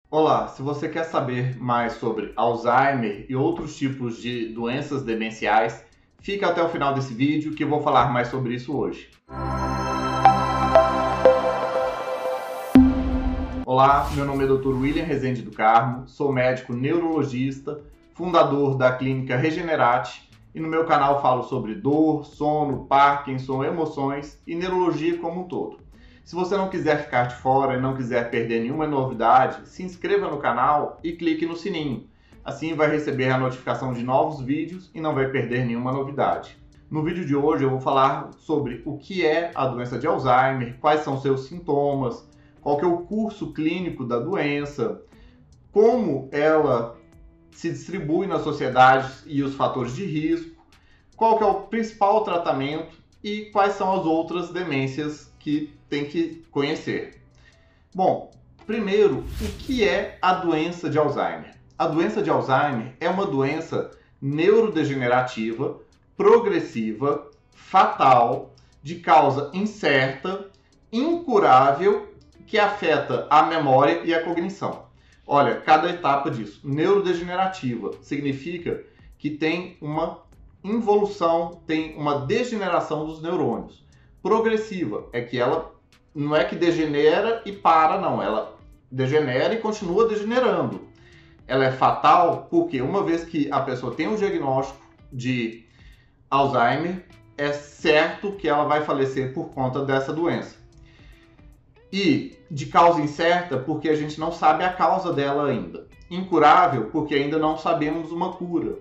Olá, se você quer saber mais sobre Alzheimer e outros tipos de doenças demenciais, fica até o final desse vídeo que eu vou falar mais sobre isso hoje. Olá, meu nome é Dr. William Rezende do Carmo, sou médico neurologista, fundador da clínica Regenerate e no meu canal falo sobre dor, sono, Parkinson, emoções e neurologia como um todo. Se você não quiser ficar de fora e não quiser perder nenhuma novidade, se inscreva no canal e clique no sininho. Assim vai receber a notificação de novos vídeos e não vai perder nenhuma novidade. No vídeo de hoje eu vou falar sobre o que é a doença de Alzheimer, quais são seus sintomas, qual que é o curso clínico da doença, como ela se distribui na sociedade e os fatores de risco, qual que é o principal tratamento e quais são as outras demências que tem que conhecer. Bom, primeiro, o que é a doença de Alzheimer? A doença de Alzheimer é uma doença neurodegenerativa, progressiva, fatal, de causa incerta, incurável, que afeta a memória e a cognição. Olha, cada etapa disso. Neurodegenerativa significa que tem uma involução, tem uma degeneração dos neurônios. Progressiva é que ela não é que degenera e para, não. Ela degenera e continua degenerando. Ela é fatal porque uma vez que a pessoa tem um diagnóstico de Alzheimer, é certo que ela vai falecer por conta dessa doença. E de causa incerta porque a gente não sabe a causa dela ainda. Incurável porque ainda não sabemos uma cura.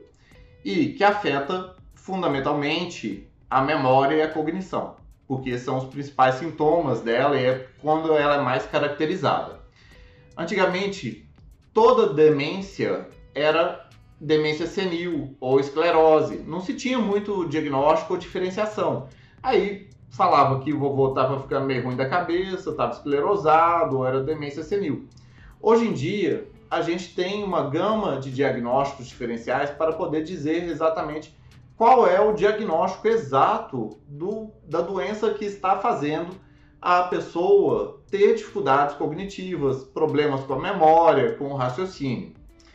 E que afeta fundamentalmente a memória e a cognição, porque são os principais sintomas dela e é quando ela é mais caracterizada. Antigamente, toda demência era demência senil ou esclerose. Não se tinha muito diagnóstico ou diferenciação. Aí falava que o vovô estava ficando meio ruim da cabeça, estava esclerosado ou era demência senil. Hoje em dia, a gente tem uma gama de diagnósticos diferenciais para poder dizer exatamente qual é o diagnóstico exato da doença que está fazendo a pessoa ter dificuldades cognitivas, problemas com a memória, com o raciocínio.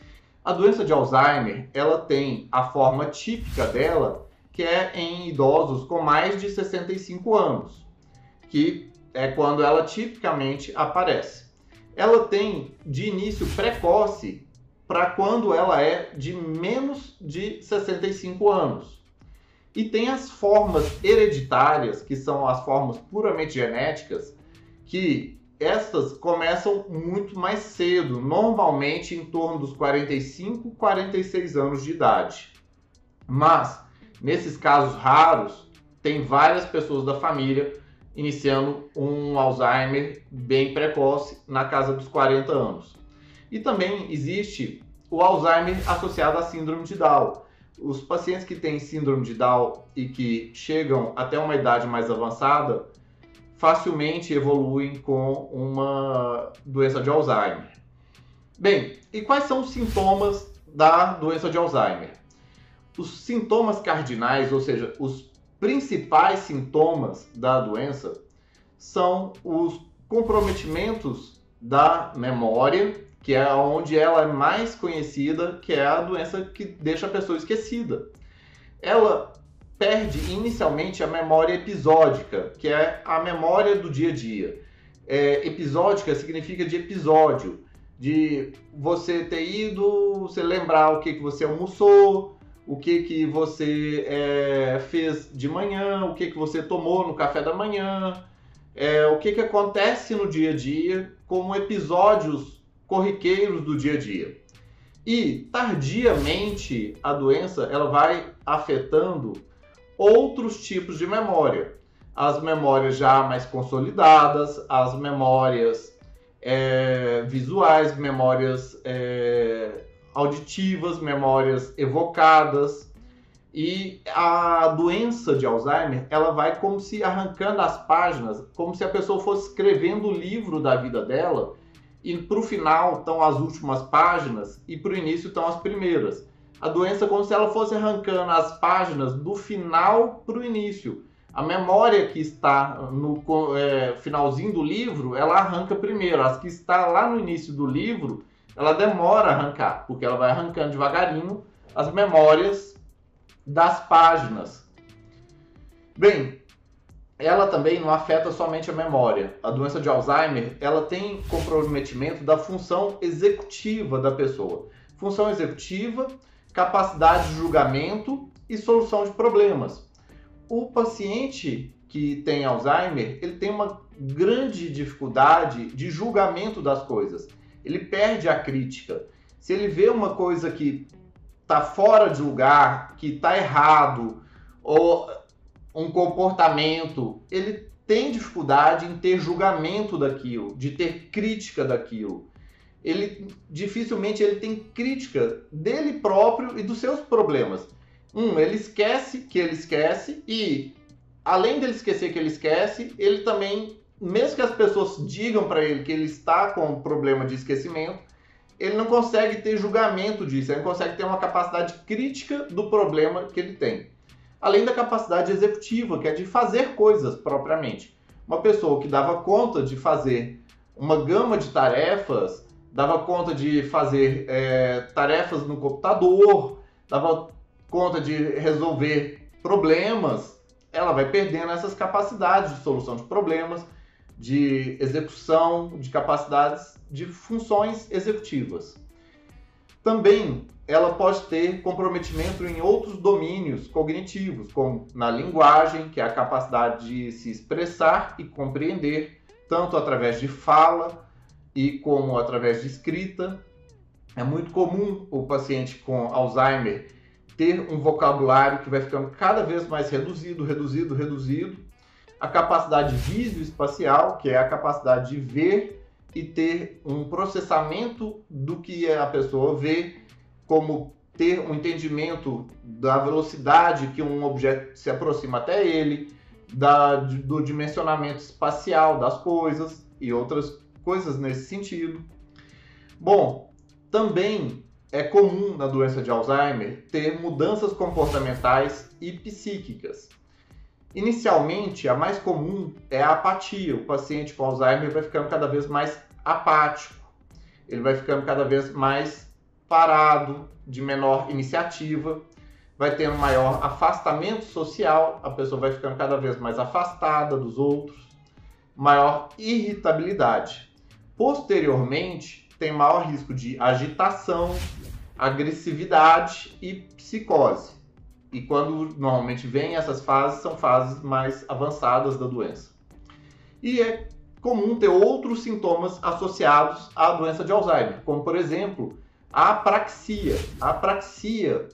A doença de Alzheimer, ela tem a forma típica dela, que é em idosos com mais de 65 anos, que é quando ela tipicamente aparece. Ela tem de início precoce para quando ela é de menos de 65 anos. E tem as formas hereditárias, que são as formas puramente genéticas, que estas começam muito mais cedo, normalmente em torno dos 45, 46 anos de idade. Mas, nesses casos raros, tem várias pessoas da família iniciando um Alzheimer bem precoce, na casa dos 40 anos. E também existe o Alzheimer associado à síndrome de Down. Os pacientes que têm síndrome de Down e que chegam até uma idade mais avançada, facilmente evoluem com uma doença de Alzheimer. Bem, e quais são os sintomas da doença de Alzheimer? Os sintomas cardinais, ou seja, os principais sintomas da doença, são os comprometimentos da memória, que é onde ela é mais conhecida, que é a doença que deixa a pessoa esquecida. Ela perde inicialmente a memória episódica, que é a memória do dia a dia. Episódica significa de episódio, de você ter ido, você lembrar o que você almoçou, o que você fez de manhã, o que você tomou no café da manhã, o que acontece no dia a dia, como episódios corriqueiros do dia a dia. E, tardiamente, a doença ela vai afetando outros tipos de memória. As memórias já mais consolidadas, as memórias visuais, memórias auditivas, memórias evocadas. E a doença de Alzheimer, ela vai como se arrancando as páginas, como se a pessoa fosse escrevendo o livro da vida dela, e para o final estão as últimas páginas e para o início estão as primeiras. A doença é como se ela fosse arrancando as páginas do final para o início. A memória que está no finalzinho do livro, ela arranca primeiro. As que está lá no início do livro, ela demora a arrancar, porque ela vai arrancando devagarinho as memórias das páginas. Bem, ela também não afeta somente a memória. A doença de Alzheimer, ela tem comprometimento da função executiva da pessoa. Função executiva, capacidade de julgamento e solução de problemas. O paciente que tem Alzheimer, ele tem uma grande dificuldade de julgamento das coisas. Ele perde a crítica. Se ele vê uma coisa que está fora de lugar, que está errado, ou um comportamento, ele tem dificuldade em ter julgamento daquilo, de ter crítica daquilo. Dificilmente ele tem crítica dele próprio e dos seus problemas. Ele esquece que ele esquece e, além dele esquecer que ele esquece, ele também, mesmo que as pessoas digam para ele que ele está com um problema de esquecimento, ele não consegue ter julgamento disso, ele não consegue ter uma capacidade crítica do problema que ele tem. Além da capacidade executiva, que é de fazer coisas propriamente. Uma pessoa que dava conta de fazer uma gama de tarefas, dava conta de fazer tarefas no computador, dava conta de resolver problemas, ela vai perdendo essas capacidades de solução de problemas, de execução, de capacidades de funções executivas. Também ela pode ter comprometimento em outros domínios cognitivos, como na linguagem, que é a capacidade de se expressar e compreender, tanto através de fala e como através de escrita. É muito comum o paciente com Alzheimer ter um vocabulário que vai ficando cada vez mais reduzido. A capacidade visoespacial, que é a capacidade de ver e ter um processamento do que a pessoa vê, como ter um entendimento da velocidade que um objeto se aproxima até ele, do dimensionamento espacial das coisas e outras coisas nesse sentido. Bom, também é comum na doença de Alzheimer ter mudanças comportamentais e psíquicas. Inicialmente, a mais comum é a apatia. O paciente com Alzheimer vai ficando cada vez mais apático, ele vai ficando cada vez mais parado, de menor iniciativa, vai tendo maior afastamento social, a pessoa vai ficando cada vez mais afastada dos outros, maior irritabilidade. Posteriormente, tem maior risco de agitação, agressividade e psicose. E quando normalmente vem essas fases, são fases mais avançadas da doença. E é comum ter outros sintomas associados à doença de Alzheimer, como, por exemplo, a apraxia. A apraxia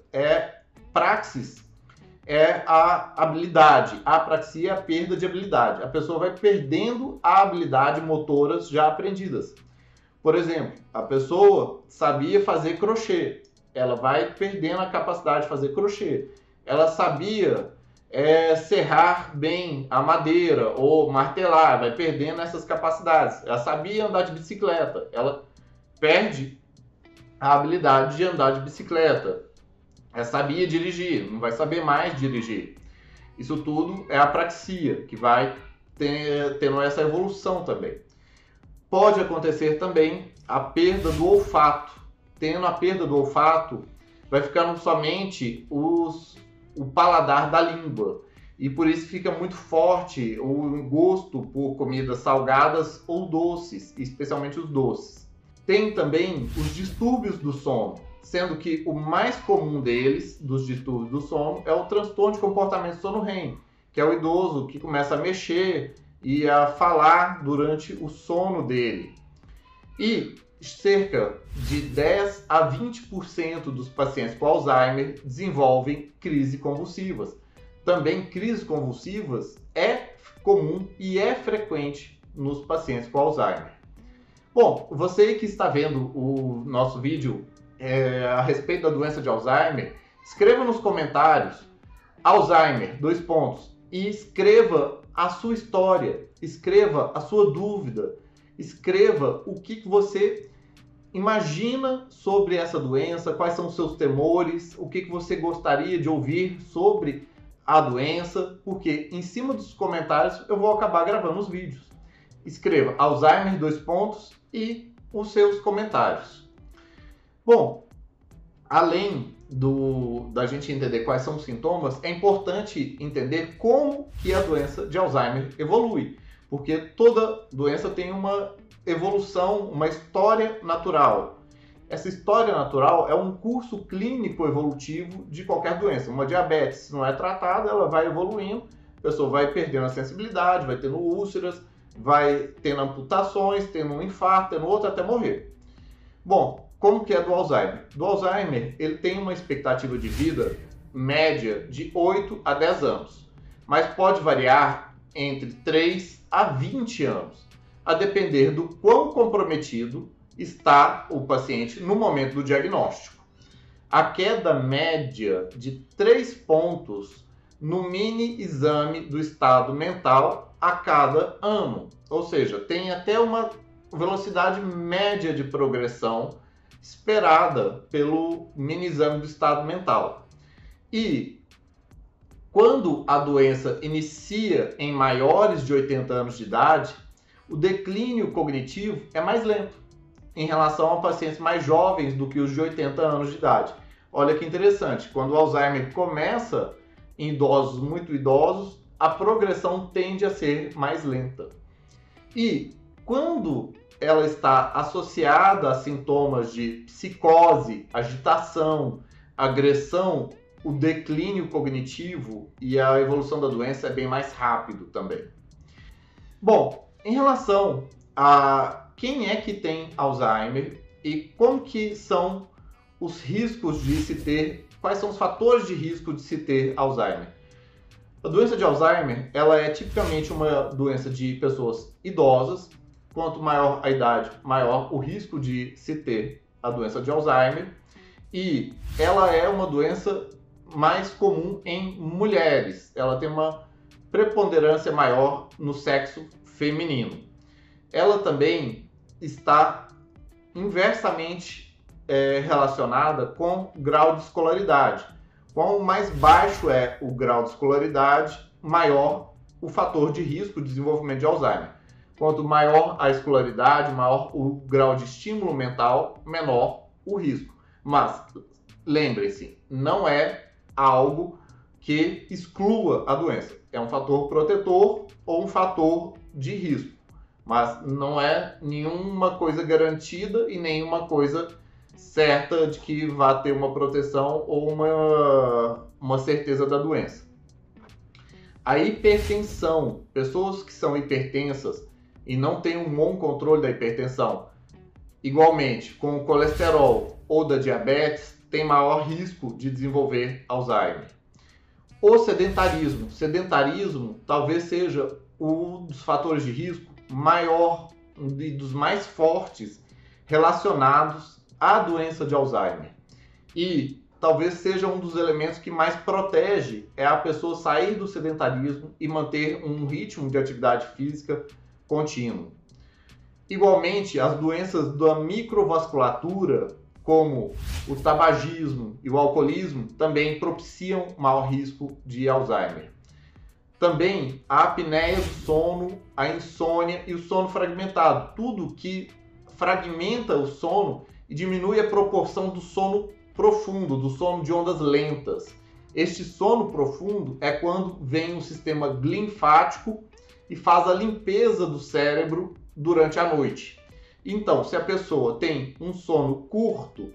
praxis é a habilidade. A apraxia é a perda de habilidade. A pessoa vai perdendo a habilidade motoras já aprendidas. Por exemplo, a pessoa sabia fazer crochê. Ela vai perdendo a capacidade de fazer crochê. Ela sabia serrar bem a madeira ou martelar, vai perdendo essas capacidades. Ela sabia andar de bicicleta. Ela perde a habilidade de andar de bicicleta. Ela sabia dirigir, não vai saber mais dirigir. Isso tudo é apraxia, que vai tendo essa evolução também. Pode acontecer também a perda do olfato. Tendo a perda do olfato, vai ficando somente o paladar da língua. E por isso fica muito forte o gosto por comidas salgadas ou doces, especialmente os doces. Tem também os distúrbios do sono, sendo que o mais comum deles, dos distúrbios do sono, é o transtorno de comportamento sono-REM, que é o idoso que começa a mexer e a falar durante o sono dele. E cerca de 10 a 20% dos pacientes com Alzheimer desenvolvem crises convulsivas. Também crises convulsivas é comum e é frequente nos pacientes com Alzheimer. Bom, você que está vendo o nosso vídeo a respeito da doença de Alzheimer, escreva nos comentários Alzheimer, e escreva a sua história, escreva a sua dúvida, escreva o que você imagina sobre essa doença, quais são os seus temores, o que você gostaria de ouvir sobre a doença, porque em cima dos comentários eu vou acabar gravando os vídeos. Escreva Alzheimer, e os seus comentários. Bom, além da gente entender quais são os sintomas, é importante entender como que a doença de Alzheimer evolui, porque toda doença tem uma evolução, uma história natural. Essa história natural é um curso clínico evolutivo de qualquer doença. Uma diabetes, se não é tratada, ela vai evoluindo, a pessoa vai perdendo a sensibilidade, vai tendo úlceras, vai tendo amputações, tendo um infarto, tendo outro até morrer. Bom, como que é do Alzheimer? Do Alzheimer, ele tem uma expectativa de vida média de 8 a 10 anos, mas pode variar entre 3 a 20 anos, a depender do quão comprometido está o paciente no momento do diagnóstico. A queda média de 3 pontos no mini exame do estado mental a cada ano, ou seja, tem até uma velocidade média de progressão esperada pelo mini exame do estado mental. E quando a doença inicia em maiores de 80 anos de idade, o declínio cognitivo é mais lento em relação a pacientes mais jovens do que os de 80 anos de idade. Olha que interessante, quando o Alzheimer começa em idosos muito idosos, a progressão tende a ser mais lenta. E quando ela está associada a sintomas de psicose, agitação, agressão, o declínio cognitivo e a evolução da doença é bem mais rápido também. Bom, em relação a quem é que tem Alzheimer e como que são os riscos de se ter, quais são os fatores de risco de se ter Alzheimer? A doença de Alzheimer, ela é tipicamente uma doença de pessoas idosas. Quanto maior a idade, maior o risco de se ter a doença de Alzheimer. E ela é uma doença mais comum em mulheres. Ela tem uma preponderância maior no sexo feminino. Ela também está inversamente relacionada com o grau de escolaridade. Quanto mais baixo é o grau de escolaridade, maior o fator de risco de desenvolvimento de Alzheimer. Quanto maior a escolaridade, maior o grau de estímulo mental, menor o risco. Mas, lembre-se, não é algo que exclua a doença. É um fator protetor ou um fator de risco. Mas não é nenhuma coisa garantida e nenhuma coisa certa de que vá ter uma proteção ou uma certeza da doença. A hipertensão. Pessoas que são hipertensas e não tem um bom controle da hipertensão, igualmente com o colesterol ou da diabetes, tem maior risco de desenvolver Alzheimer. O sedentarismo. Sedentarismo talvez seja um dos fatores de risco maior e dos mais fortes relacionados à doença de Alzheimer. E talvez seja um dos elementos que mais protege a pessoa sair do sedentarismo e manter um ritmo de atividade física contínuo. Igualmente, as doenças da microvasculatura, como o tabagismo e o alcoolismo, também propiciam maior risco de Alzheimer. Também a apneia do sono, a insônia e o sono fragmentado. Tudo que fragmenta o sono e diminui a proporção do sono profundo, do sono de ondas lentas. Este sono profundo é quando vem o sistema linfático e faz a limpeza do cérebro durante a noite. Então, se a pessoa tem um sono curto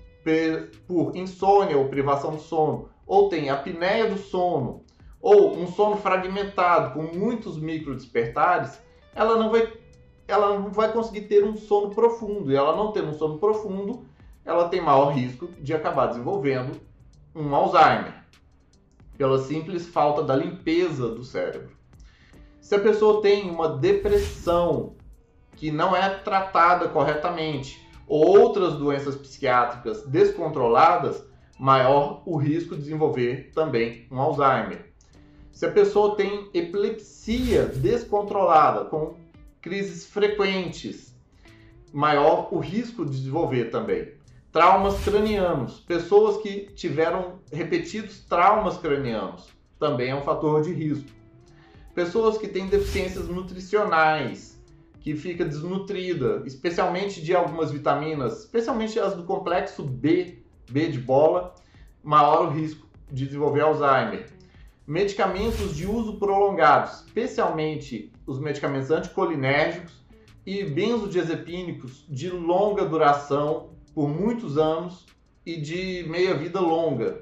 por insônia ou privação de sono, ou tem apneia do sono, ou um sono fragmentado com muitos microdespertares, ela não vai conseguir ter um sono profundo. E ela não tendo um sono profundo, ela tem maior risco de acabar desenvolvendo um Alzheimer, pela simples falta da limpeza do cérebro. Se a pessoa tem uma depressão que não é tratada corretamente, ou outras doenças psiquiátricas descontroladas, maior o risco de desenvolver também um Alzheimer. Se a pessoa tem epilepsia descontrolada, com crises frequentes, maior o risco de desenvolver também. Traumas cranianos, pessoas que tiveram repetidos traumas cranianos, também é um fator de risco. Pessoas que têm deficiências nutricionais, que fica desnutrida, especialmente de algumas vitaminas, especialmente as do complexo B, B de bola, maior o risco de desenvolver Alzheimer. Medicamentos de uso prolongado, especialmente os medicamentos anticolinérgicos e benzodiazepínicos de longa duração, por muitos anos e de meia-vida longa.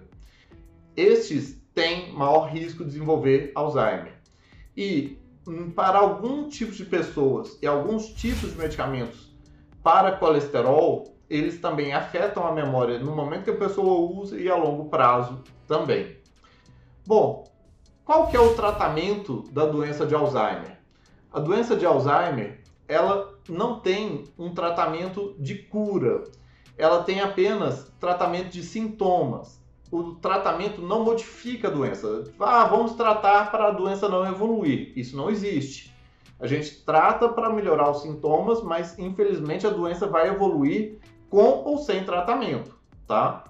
Estes têm maior risco de desenvolver Alzheimer. E para algum tipo de pessoas e alguns tipos de medicamentos para colesterol, eles também afetam a memória no momento que a pessoa usa e a longo prazo também. Bom, qual que é o tratamento da doença de Alzheimer? A doença de Alzheimer, ela não tem um tratamento de cura, ela tem apenas tratamento de sintomas. O tratamento não modifica a doença. Vamos tratar para a doença não evoluir. Isso não existe. A gente trata para melhorar os sintomas, mas infelizmente a doença vai evoluir com ou sem tratamento, tá?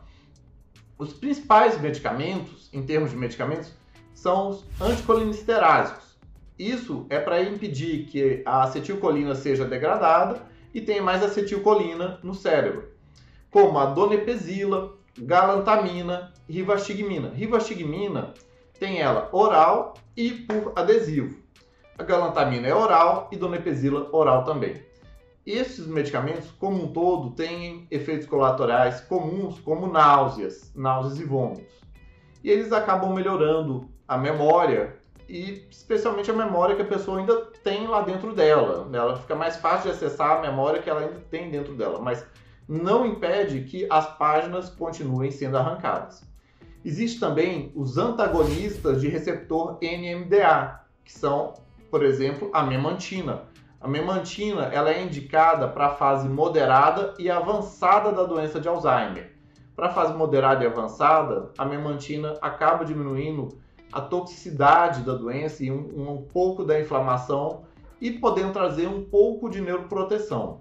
Os principais medicamentos, em termos de medicamentos, são os anticolinestéricos. Isso é para impedir que a acetilcolina seja degradada e tenha mais acetilcolina no cérebro, como a donepezila, galantamina, rivastigmina. Rivastigmina tem ela oral e por adesivo. A galantamina é oral e donepezila oral também. Esses medicamentos, como um todo, têm efeitos colaterais comuns, como náuseas e vômitos. E eles acabam melhorando a memória e especialmente a memória que a pessoa ainda tem lá dentro dela. Ela fica mais fácil de acessar a memória que ela ainda tem dentro dela, mas não impede que as páginas continuem sendo arrancadas. Existem também os antagonistas de receptor NMDA, que são, por exemplo, a memantina. A memantina ela é indicada para a fase moderada e avançada da doença de Alzheimer. Para a fase moderada e avançada, a memantina acaba diminuindo a toxicidade da doença e um pouco da inflamação e podendo trazer um pouco de neuroproteção.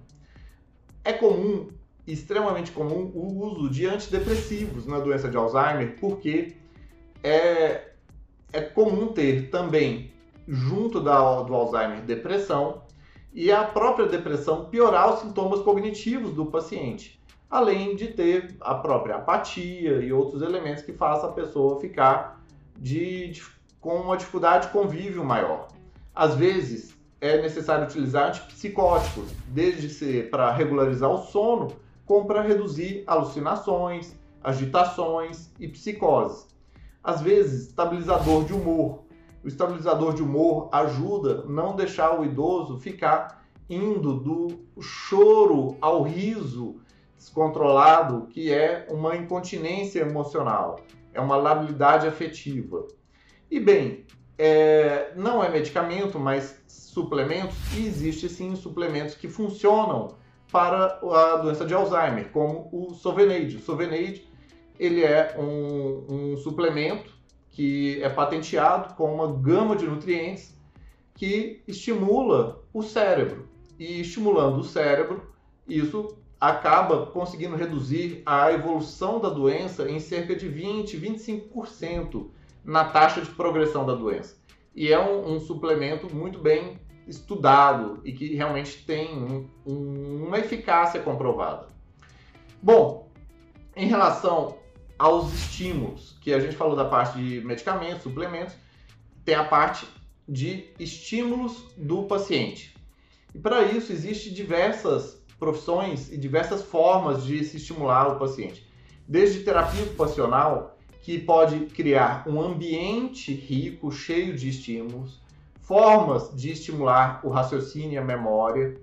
É comum, extremamente comum, o uso de antidepressivos na doença de Alzheimer, porque é comum ter também, junto do Alzheimer, depressão, e a própria depressão piorar os sintomas cognitivos do paciente, além de ter a própria apatia e outros elementos que façam a pessoa ficar com uma dificuldade de convívio maior. Às vezes, é necessário utilizar antipsicóticos, desde ser para regularizar o sono, como para reduzir alucinações, agitações e psicoses. Às vezes, estabilizador de humor. O estabilizador de humor ajuda a não deixar o idoso ficar indo do choro ao riso descontrolado, que é uma incontinência emocional, é uma labilidade afetiva. E bem, não é medicamento, mas suplementos, e existe sim suplementos que funcionam para a doença de Alzheimer, como o Sovenaid. O Sovenaid, ele é um suplemento que é patenteado com uma gama de nutrientes que estimula o cérebro. E estimulando o cérebro, isso acaba conseguindo reduzir a evolução da doença em cerca de 20, 25% na taxa de progressão da doença. E é um suplemento muito bem estudado e que realmente tem uma eficácia comprovada. Bom, em relação aos estímulos, que a gente falou da parte de medicamentos, suplementos, tem a parte de estímulos do paciente. E para isso existem diversas profissões e diversas formas de se estimular o paciente. Desde terapia ocupacional, que pode criar um ambiente rico, cheio de estímulos, formas de estimular o raciocínio e a memória,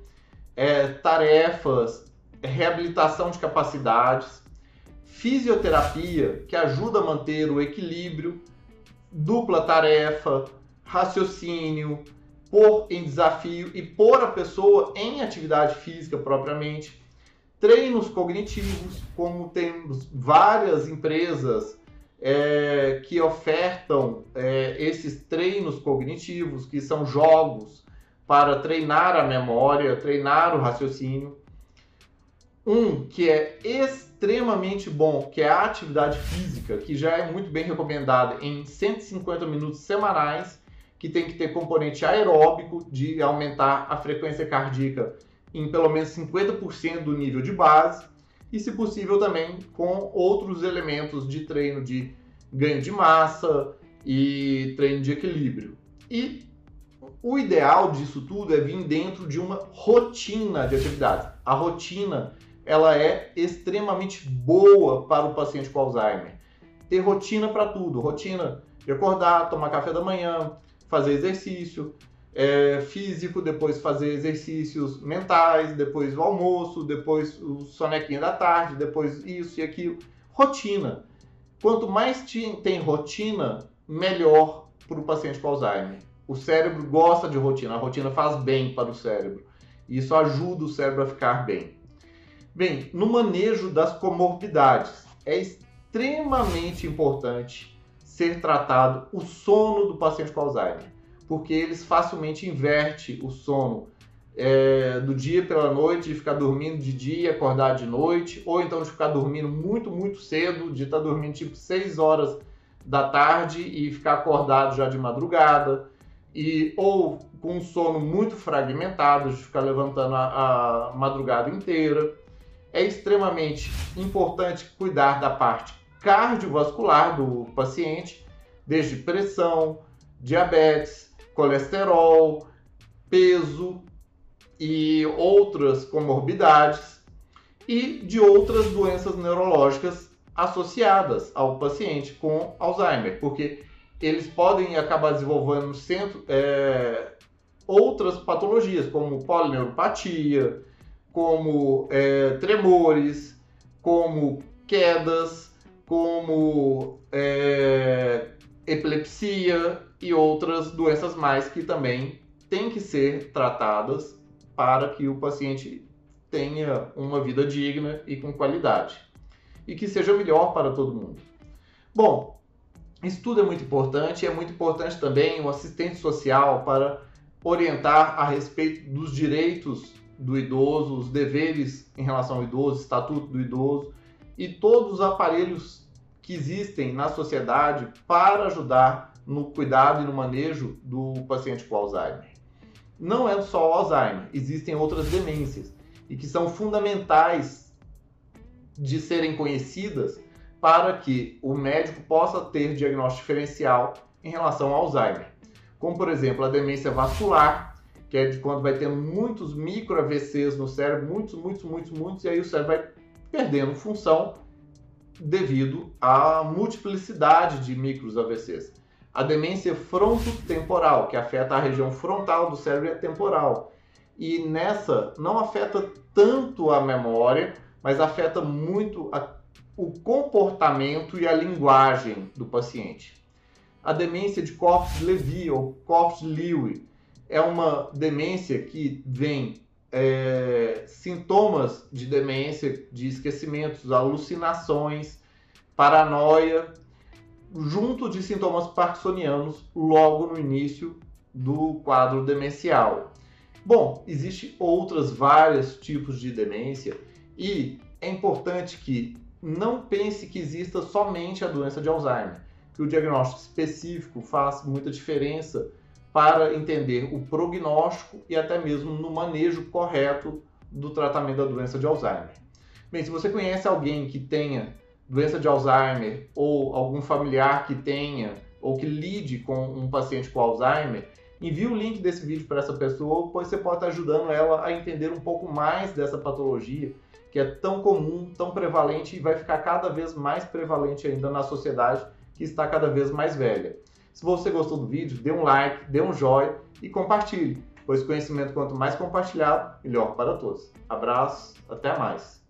tarefas, reabilitação de capacidades, fisioterapia, que ajuda a manter o equilíbrio, dupla tarefa, raciocínio, pôr em desafio e pôr a pessoa em atividade física propriamente, treinos cognitivos, como temos várias empresas que ofertam esses treinos cognitivos, que são jogos para treinar a memória, treinar o raciocínio. Um que é extremamente bom, que é a atividade física, que já é muito bem recomendada em 150 minutos semanais, que tem que ter componente aeróbico de aumentar a frequência cardíaca em pelo menos 50% do nível de base e, se possível, também com outros elementos de treino de ganho de massa e treino de equilíbrio. E o ideal disso tudo é vir dentro de uma rotina de atividades. A rotina, ela é extremamente boa para o paciente com Alzheimer. Ter rotina para tudo, rotina de acordar, tomar café da manhã, fazer exercício físico, depois fazer exercícios mentais, depois o almoço, depois o sonequinho da tarde, depois isso e aquilo. Rotina. Quanto mais tem rotina, melhor para o paciente com Alzheimer. O cérebro gosta de rotina, a rotina faz bem para o cérebro. E isso ajuda o cérebro a ficar bem. Bem, no manejo das comorbidades, é extremamente importante ser tratado o sono do paciente com Alzheimer, porque eles facilmente invertem o sono do dia pela noite, de ficar dormindo de dia e acordar de noite, ou então de ficar dormindo muito, muito cedo, de estar dormindo tipo 6 horas da tarde e ficar acordado já de madrugada, ou com um sono muito fragmentado, de ficar levantando a madrugada inteira. É extremamente importante cuidar da parte cardiovascular do paciente, desde pressão, diabetes, colesterol, peso e outras comorbidades, e de outras doenças neurológicas associadas ao paciente com Alzheimer, porque eles podem acabar desenvolvendo outras patologias, como polineuropatia, como tremores, como quedas, como epilepsia e outras doenças mais que também têm que ser tratadas para que o paciente tenha uma vida digna e com qualidade e que seja melhor para todo mundo. Bom, isso tudo é muito importante e é muito importante também o assistente social para orientar a respeito dos direitos do idoso, os deveres em relação ao idoso, estatuto do idoso e todos os aparelhos que existem na sociedade para ajudar no cuidado e no manejo do paciente com Alzheimer. Não é só o Alzheimer, existem outras demências e que são fundamentais de serem conhecidas para que o médico possa ter diagnóstico diferencial em relação ao Alzheimer. Como, por exemplo, a demência vascular, que é de quando vai ter muitos micro AVCs no cérebro, muitos, e aí o cérebro vai perdendo função devido à multiplicidade de micros AVCs. A demência frontotemporal, que afeta a região frontal do cérebro e a temporal. E nessa não afeta tanto a memória, mas afeta muito o comportamento e a linguagem do paciente. A demência de Corpus-Levy ou Corpus-Lewy é uma demência que vem sintomas de demência, de esquecimentos, alucinações, paranoia, junto de sintomas parkinsonianos logo no início do quadro demencial. Bom, existem vários tipos de demência e é importante que não pense que exista somente a doença de Alzheimer, que o diagnóstico específico faz muita diferença para entender o prognóstico e até mesmo no manejo correto do tratamento da doença de Alzheimer. Bem, se você conhece alguém que tenha doença de Alzheimer ou algum familiar que tenha ou que lide com um paciente com Alzheimer, envie o link desse vídeo para essa pessoa, pois você pode estar ajudando ela a entender um pouco mais dessa patologia que é tão comum, tão prevalente e vai ficar cada vez mais prevalente ainda na sociedade que está cada vez mais velha. Se você gostou do vídeo, dê um like, dê um joinha e compartilhe, pois conhecimento quanto mais compartilhado, melhor para todos. Abraço, até mais!